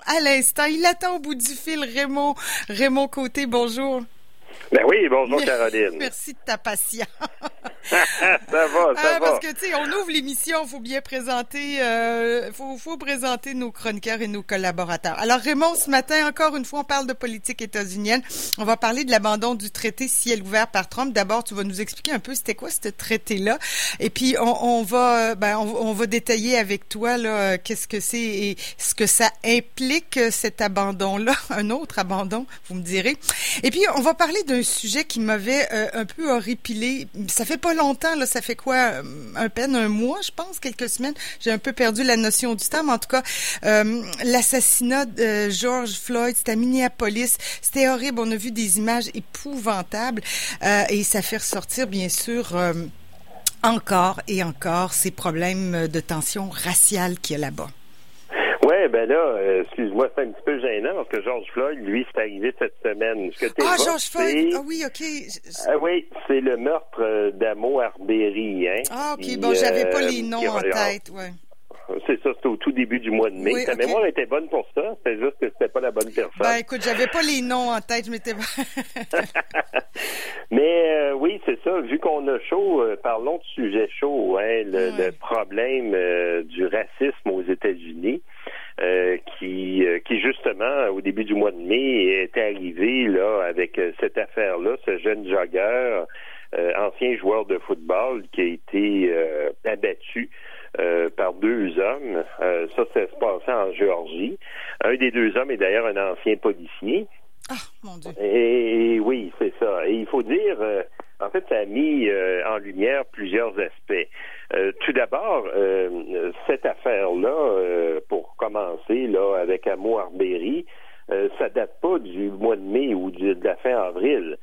à l'instant. Il attend au bout du fil, Raymond. Raymond Côté, bonjour. Ben oui, bonjour Caroline. Merci de ta patience. Ça va. Parce que, tu sais, on ouvre l'émission, il faut bien présenter, faut présenter nos chroniqueurs et nos collaborateurs. Alors, Raymond, ce matin, encore une fois, on parle de politique états-unienne. On va parler de l'abandon du traité ciel ouvert par Trump. D'abord, tu vas nous expliquer un peu c'était quoi ce traité-là. Et puis, on va détailler avec toi, là, qu'est-ce que c'est et ce que ça implique, cet abandon-là. Un autre abandon, vous me direz. Et puis, on va parler d'un sujet qui m'avait un peu horripilé. Ça fait pas longtemps, là, ça fait quoi, à peine un mois, je pense, quelques semaines. J'ai un peu perdu la notion du temps, mais en tout cas, l'assassinat de George Floyd, c'était à Minneapolis. C'était horrible, on a vu des images épouvantables et ça fait ressortir, bien sûr, encore et encore ces problèmes de tension raciale qu'il y a là-bas. Ouais, ben là, excuse-moi, c'est un petit peu gênant parce que George Floyd, lui, c'est arrivé cette semaine. George Floyd, oui, OK. Oui, c'est le meurtre d'Amo Arbery, hein. Ah, OK, bon, j'avais pas les noms en tête, ouais. C'est ça, c'était au tout début du mois de mai. Ta mémoire était bonne pour ça, c'est juste que c'était pas la bonne personne. Ben, écoute, j'avais pas les noms en tête, je m'étais... Mais oui, c'est ça, vu qu'on a chaud, parlons de sujet chaud, hein, le problème du racisme aux États-Unis. Qui justement au début du mois de mai était arrivé là avec cette affaire-là, ce jeune jogger, ancien joueur de football qui a été abattu par deux hommes. Ça se passait en Géorgie. Un des deux hommes est d'ailleurs un ancien policier. Ah, mon Dieu. Et oui, c'est ça. Et il faut dire, en fait, ça a mis en lumière plusieurs aspects. Tout d'abord, cette affaire-là, pour commencer, là, avec Amo Arbery, ça date pas du mois de mai ou de la fin avril.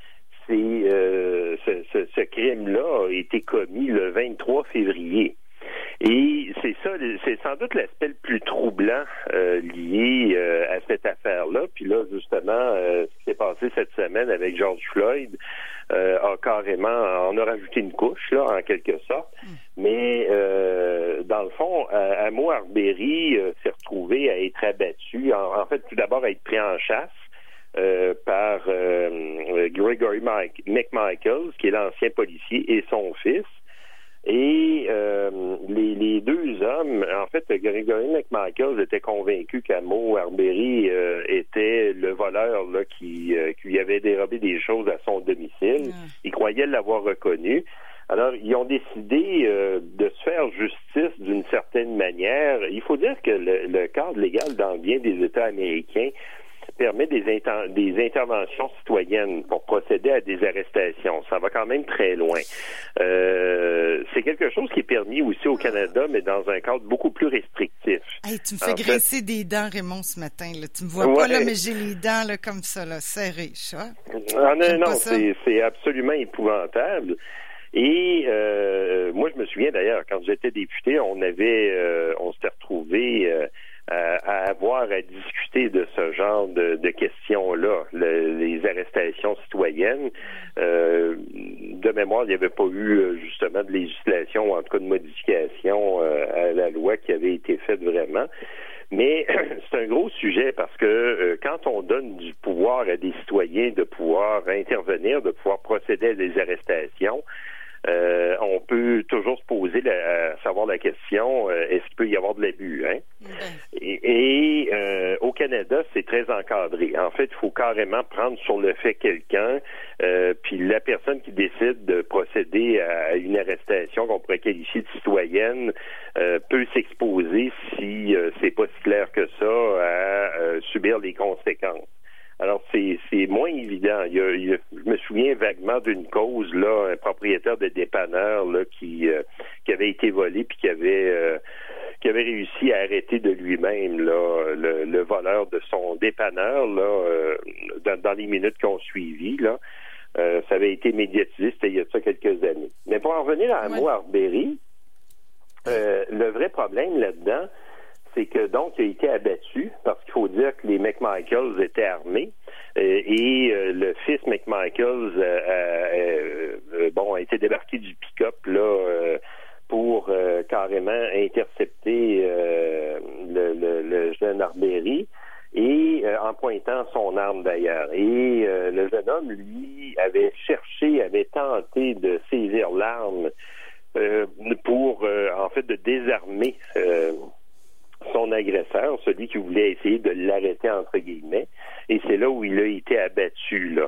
Ce crime-là a été commis le 23 février. Et c'est ça, c'est sans doute l'aspect le plus troublant lié à cette affaire-là. Puis là, justement, ce qui s'est passé cette semaine avec George Floyd a rajouté une couche, là, en quelque sorte. Mais dans le fond, Amo Arbery s'est retrouvé à être abattu. En fait, tout d'abord, à être pris en chasse par Gregory McMichaels, qui est l'ancien policier, et son fils. Et les deux hommes, en fait, Gregory McMichaels était convaincu qu'Amo Arbery était le voleur là qui lui avait dérobé des choses à son domicile. Il croyait l'avoir reconnu. Alors, ils ont décidé de se faire justice d'une certaine manière. Il faut dire que le cadre légal dans bien des États américains permet des interventions citoyennes pour procéder à des arrestations. Ça va quand même très loin. C'est quelque chose qui est permis aussi au Canada, mais dans un cadre beaucoup plus restrictif. Hey, tu me fais grincer des dents, Raymond, ce matin. Là. Tu me vois pas, là, mais j'ai les dents là, comme ça, là, serrées. Non, c'est absolument épouvantable. Et moi, je me souviens d'ailleurs, quand j'étais député, on s'était retrouvés à avoir à discuter de ce genre de questions-là, les arrestations citoyennes. De mémoire, il n'y avait pas eu justement de législation ou en tout cas de modification à la loi qui avait été faite vraiment. Mais c'est un gros sujet parce que quand on donne du pouvoir à des citoyens de pouvoir intervenir, de pouvoir procéder à des arrestations, on peut toujours se poser savoir la question, est-ce qu'il peut y avoir de l'abus, hein? Et au Canada, c'est très encadré. En fait, il faut carrément prendre sur le fait quelqu'un, puis la personne qui décide de procéder à une arrestation qu'on pourrait qualifier de citoyenne peut s'exposer si c'est pas si clair que ça à subir les conséquences. Alors, c'est moins évident. Je me souviens vaguement d'une cause, là, un propriétaire de dépanneur là, qui avait été volé puis qui avait réussi à arrêter de lui-même là, le voleur de son dépanneur là, dans les minutes qui ont suivi. Là. Ça avait été médiatisé, c'était il y a ça quelques années. Mais pour en revenir à Amo Arbery, le vrai problème là-dedans, c'est que donc il a été abattu parce qu'il faut dire que les McMichaels étaient armés et le fils McMichaels a été débarqué du pick-up là pour carrément intercepter le jeune Arbery. Et en pointant son arme d'ailleurs. Et le jeune homme, lui, avait tenté de saisir l'arme pour, en fait, de désarmer son agresseur, celui qui voulait essayer de l'arrêter, entre guillemets. Et c'est là où il a été abattu, là.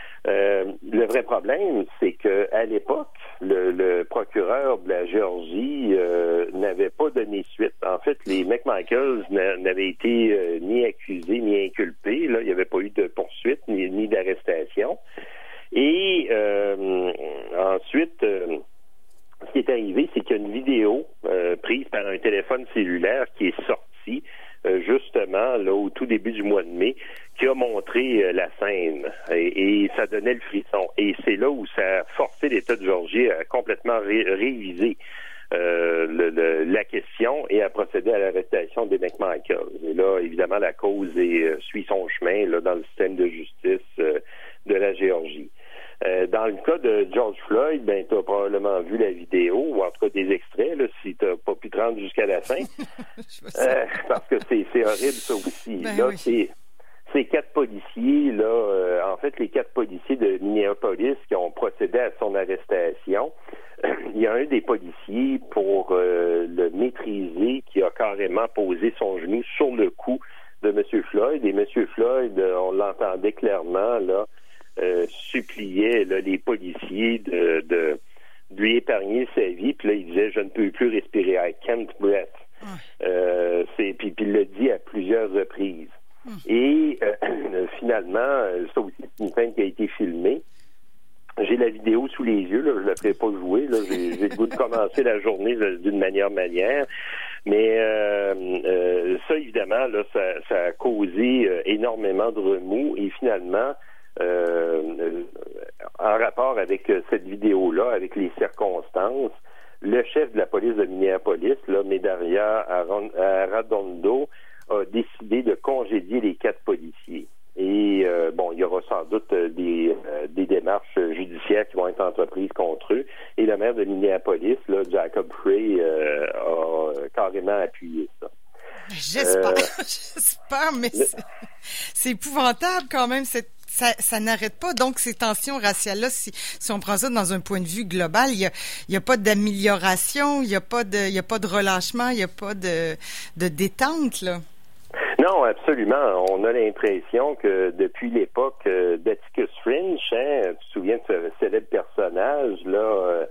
Le vrai problème, c'est que à l'époque, le procureur de la Géorgie n'avait pas donné suite. En fait, les McMichaels n'avaient été ni accusés ni inculpés. Là, il n'y avait pas eu de poursuite ni d'arrestation. Et ensuite, ce qui est arrivé, c'est qu'il y a une vidéo prise par un téléphone cellulaire qui est sortie justement là au tout début du mois de mai, qui a montré la scène et ça donnait le frisson. Et c'est là où ça a forcé l'État de Géorgie à complètement réviser la question et à procéder à l'arrestation des McMichaels. Et là, évidemment, la cause suit son chemin là, dans le système de justice de la Géorgie. Dans le cas de George Floyd, ben tu as probablement vu la vidéo, ou en tout cas des extraits, là, si tu n'as pas pu te rendre jusqu'à la fin. Parce que c'est horrible ça aussi. Ben là, oui. Ces 4 policiers, là, en fait, les 4 policiers de Minneapolis qui ont procédé à son arrestation, il y a un des policiers, pour le maîtriser, qui a carrément posé son genou sur le cou de M. Floyd. Et M. Floyd, on l'entendait clairement, là, suppliait là, les policiers de lui épargner sa vie. Puis là, il disait « Je ne peux plus respirer. I can't breathe. » Puis il l'a dit à plusieurs reprises. Et finalement, ça aussi, c'est une scène qui a été filmée. J'ai la vidéo sous les yeux, là, je ne la ferai pas jouer. Là, j'ai le goût de commencer la journée d'une manière. Mais ça, évidemment, là, ça a causé énormément de remous. Et finalement, en rapport avec cette vidéo-là, avec les circonstances, le chef de la police de Minneapolis, là, Medaria Arradondo, a décidé de congédier les 4 policiers. Et il y aura sans doute des démarches judiciaires qui vont être entreprises contre eux. Et le maire de Minneapolis, là, Jacob Frey, a carrément appuyé ça. J'espère, j'espère, mais c'est épouvantable quand même. Ça n'arrête pas. Donc, ces tensions raciales-là, si on prend ça dans un point de vue global, il y a pas d'amélioration, il y a pas de relâchement, il y a pas de détente, là. Non, absolument. On a l'impression que depuis l'époque d'Atticus Finch, tu te souviens de ce célèbre personnage là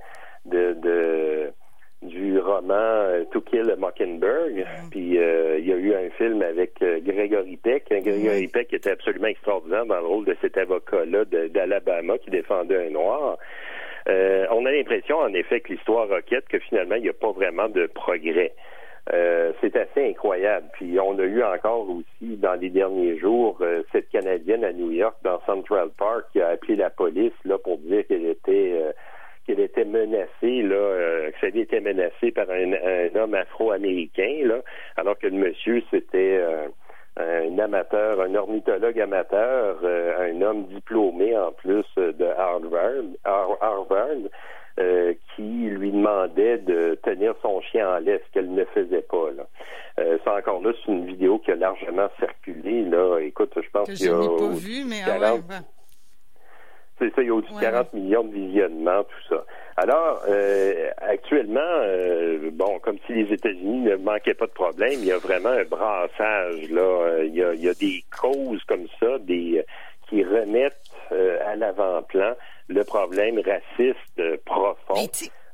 du roman To Kill a Mockingbird, puis il y a eu un film avec Gregory Peck. Gregory Peck était absolument extraordinaire dans le rôle de cet avocat-là d'Alabama qui défendait un noir. On a l'impression, en effet, que l'histoire requête que finalement, il n'y a pas vraiment de progrès. C'est assez incroyable. Puis on a eu encore aussi dans les derniers jours cette Canadienne à New York dans Central Park qui a appelé la police là pour dire qu'elle était menacée là, que sa vie était menacée par un homme afro-américain là, alors que le monsieur c'était un amateur, un ornithologue amateur, un homme diplômé en plus de Harvard. Qui lui demandait de tenir son chien en laisse, qu'elle ne faisait pas. Là. Ça encore là, c'est une vidéo qui a largement circulé. Là. Écoute, je pense qu'il y a... Je n'ai pas vu, mais 40... C'est ça, il y a au-dessus de 40 millions de visionnements, tout ça. Alors, actuellement, comme si les États-Unis ne manquaient pas de problème, il y a vraiment un brassage. Là. Il y a des causes comme ça, qui remettent à l'avant-plan le problème raciste profond.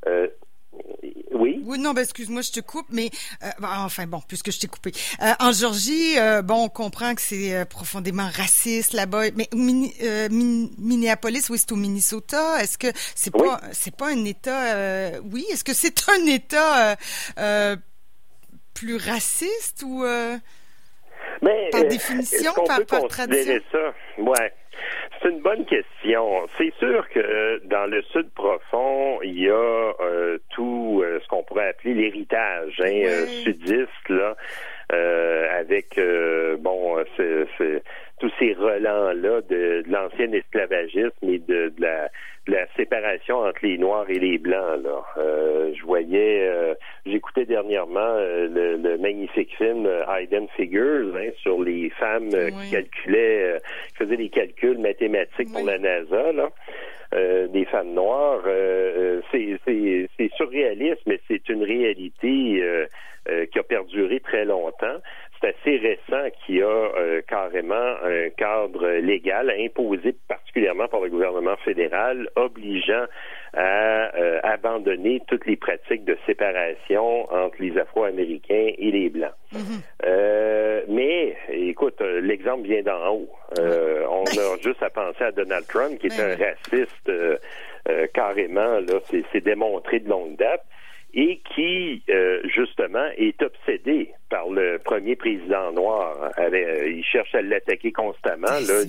Oui? Oui, non, excuse-moi, je te coupe, mais puisque je t'ai coupé. En Géorgie, on comprend que c'est profondément raciste là-bas, mais Minneapolis, oui, c'est au Minnesota. Est-ce que c'est pas un État est-ce que c'est un État plus raciste ou par définition, par tradition? Ça? Ouais. C'est une bonne question. C'est sûr que dans le sud profond, il y a tout ce qu'on pourrait appeler l'héritage sudiste là, avec tous ces relents-là de l'ancien esclavagisme et de la séparation entre les Noirs et les Blancs. Là. J'écoutais dernièrement le magnifique film Hidden Figures sur les femmes qui calculaient, qui faisaient des calculs mathématiques pour la NASA, là. Des femmes noires. C'est surréaliste, mais c'est une réalité qui a perduré très longtemps. C'est assez récent qu'il y a carrément un cadre légal imposé particulièrement par le gouvernement fédéral obligeant à abandonner toutes les pratiques de séparation entre les Afro-Américains et les Blancs. Mais, écoute, l'exemple vient d'en haut. On a juste à penser à Donald Trump, qui est un raciste carrément, là, c'est démontré de longue date, et qui, justement, est obsédé par le premier président noir. Il cherche à l'attaquer constamment. Là,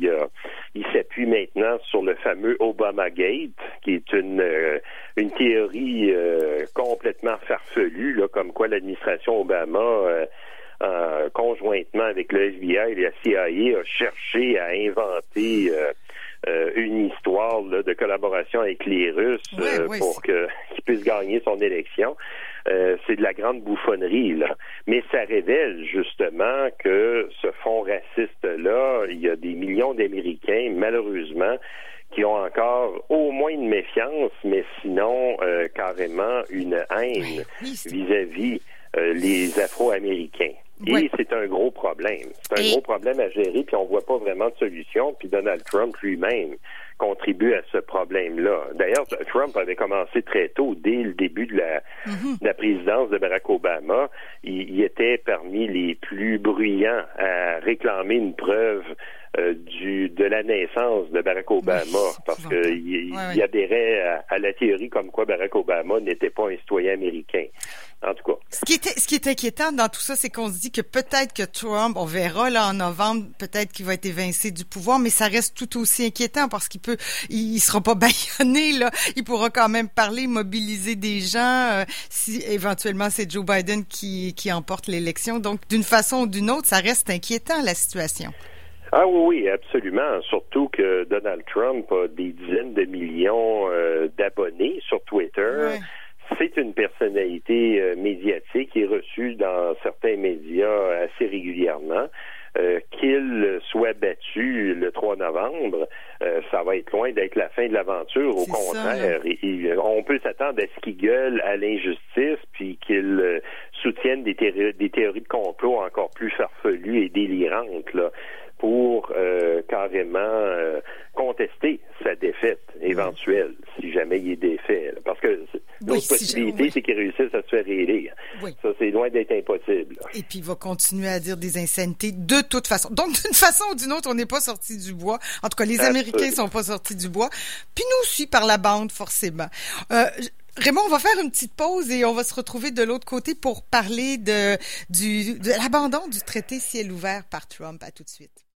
il s'appuie maintenant sur le fameux Obamagate, qui est une théorie complètement farfelue, là, comme quoi l'administration Obama, conjointement avec le FBI et la CIA, a cherché à inventer une histoire là, de collaboration avec les Russes pour qu'il puisse gagner son élection. C'est de la grande bouffonnerie, là. Mais ça révèle justement que ce fond raciste-là, il y a des millions d'Américains, malheureusement, qui ont encore au moins une méfiance, mais sinon carrément une haine vis-à-vis les Afro-Américains. Et c'est un gros problème. C'est un gros problème à gérer, puis on voit pas vraiment de solution. Puis Donald Trump lui-même contribue à ce problème-là. D'ailleurs, Trump avait commencé très tôt, dès le début de la présidence de Barack Obama. Il était parmi les plus bruyants à réclamer une preuve de la naissance de Barack Obama, parce qu'il adhérait à la théorie comme quoi Barack Obama n'était pas un citoyen américain. En tout cas. Ce qui est inquiétant dans tout ça, c'est qu'on se dit que peut-être que Trump, on verra là en novembre, peut-être qu'il va être évincé du pouvoir, mais ça reste tout aussi inquiétant parce il sera pas bâillonné, là. Il pourra quand même parler, mobiliser des gens, si éventuellement c'est Joe Biden qui emporte l'élection. Donc, d'une façon ou d'une autre, ça reste inquiétant, la situation. Ah oui, absolument. Surtout que Donald Trump a des dizaines de millions d'abonnés sur Twitter. Ouais. C'est une personnalité médiatique qui est reçue dans certains médias assez régulièrement. Qu'il soit battu le 3 novembre, ça va être loin d'être la fin de l'aventure. Au contraire, on peut s'attendre à ce qu'il gueule à l'injustice, puis qu'il soutienne des théories de complot encore plus farfelues et délirantes, là, pour carrément contester sa défaite éventuelle, si jamais il est défait. Là. Parce que l'autre possibilité, c'est qu'il réussisse à se faire réélire. Oui. Ça, c'est loin d'être impossible. Là. Et puis, il va continuer à dire des insanités de toute façon. Donc, d'une façon ou d'une autre, on n'est pas sorti du bois. En tout cas, les Américains sont pas sortis du bois. Puis nous aussi, par la bande, forcément. Raymond, on va faire une petite pause et on va se retrouver de l'autre côté pour parler de l'abandon du traité ciel ouvert par Trump. À tout de suite.